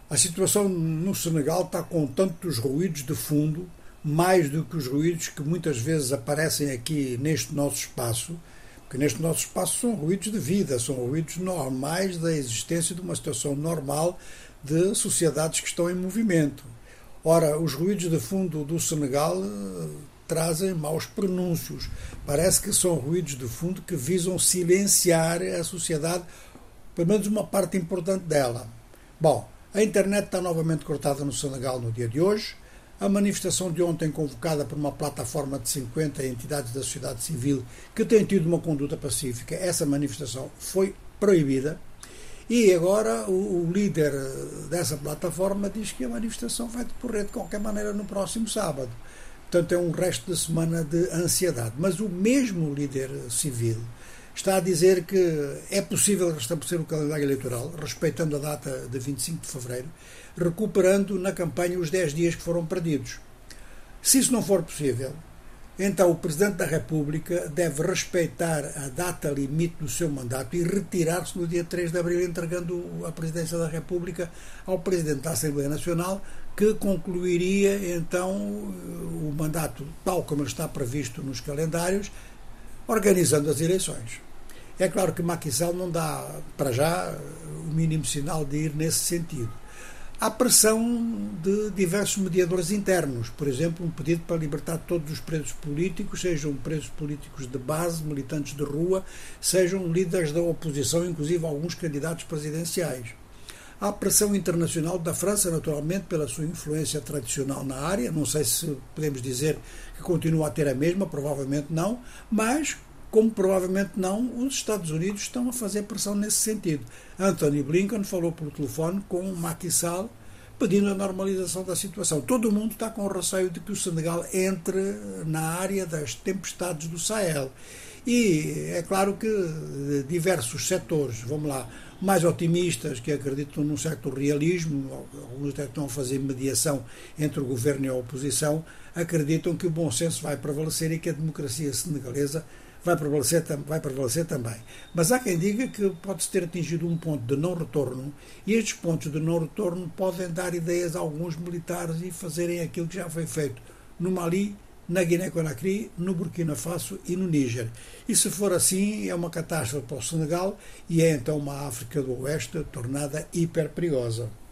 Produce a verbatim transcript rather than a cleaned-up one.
A situação no Senegal está com tantos ruídos de fundo, mais do que os ruídos que muitas vezes aparecem aqui neste nosso espaço, porque neste nosso espaço são ruídos de vida, são ruídos normais da existência de uma situação normal de sociedades que estão em movimento. Ora, os ruídos de fundo do Senegal eh, trazem maus pronúncios. Parece que são ruídos de fundo que visam silenciar a sociedade, pelo menos uma parte importante dela. Bom, a internet está novamente cortada no Senegal no dia de hoje. A manifestação de ontem, convocada por uma plataforma de cinquenta entidades da sociedade civil que tem tido uma conduta pacífica, essa manifestação foi proibida. E agora o, o líder dessa plataforma diz que a manifestação vai decorrer de qualquer maneira no próximo sábado. Portanto, é um resto de semana de ansiedade. Mas o mesmo líder civil está a dizer que é possível restabelecer o calendário eleitoral, respeitando a data de vinte e cinco de fevereiro, recuperando na campanha os dez dias que foram perdidos. Se isso não for possível, então o Presidente da República deve respeitar a data limite do seu mandato e retirar-se no dia três de abril, entregando a Presidência da República ao Presidente da Assembleia Nacional, que concluiria então o mandato tal como ele está previsto nos calendários, organizando as eleições. É claro que Macky Sall não dá, para já, o mínimo sinal de ir nesse sentido. Há pressão de diversos mediadores internos, por exemplo, um pedido para libertar todos os presos políticos, sejam presos políticos de base, militantes de rua, sejam líderes da oposição, inclusive alguns candidatos presidenciais. Há pressão internacional da França, naturalmente, pela sua influência tradicional na área, não sei se podemos dizer que continua a ter a mesma, provavelmente não, mas, como provavelmente não, os Estados Unidos estão a fazer pressão nesse sentido. Anthony Blinken falou por telefone com Macky Sall pedindo a normalização da situação. Todo o mundo está com o receio de que o Senegal entre na área das tempestades do Sahel. E é claro que diversos setores, vamos lá, mais otimistas, que acreditam num certo realismo, alguns até estão a fazer mediação entre o governo e a oposição, acreditam que o bom senso vai prevalecer e que a democracia senegalesa vai prevalecer, vai prevalecer também. Mas há quem diga que pode-se ter atingido um ponto de não retorno, e estes pontos de não retorno podem dar ideias a alguns militares e fazerem aquilo que já foi feito no Mali, na Guiné-Conakry, no Burkina Faso e no Níger. E se for assim, é uma catástrofe para o Senegal e é então uma África do Oeste tornada hiper perigosa.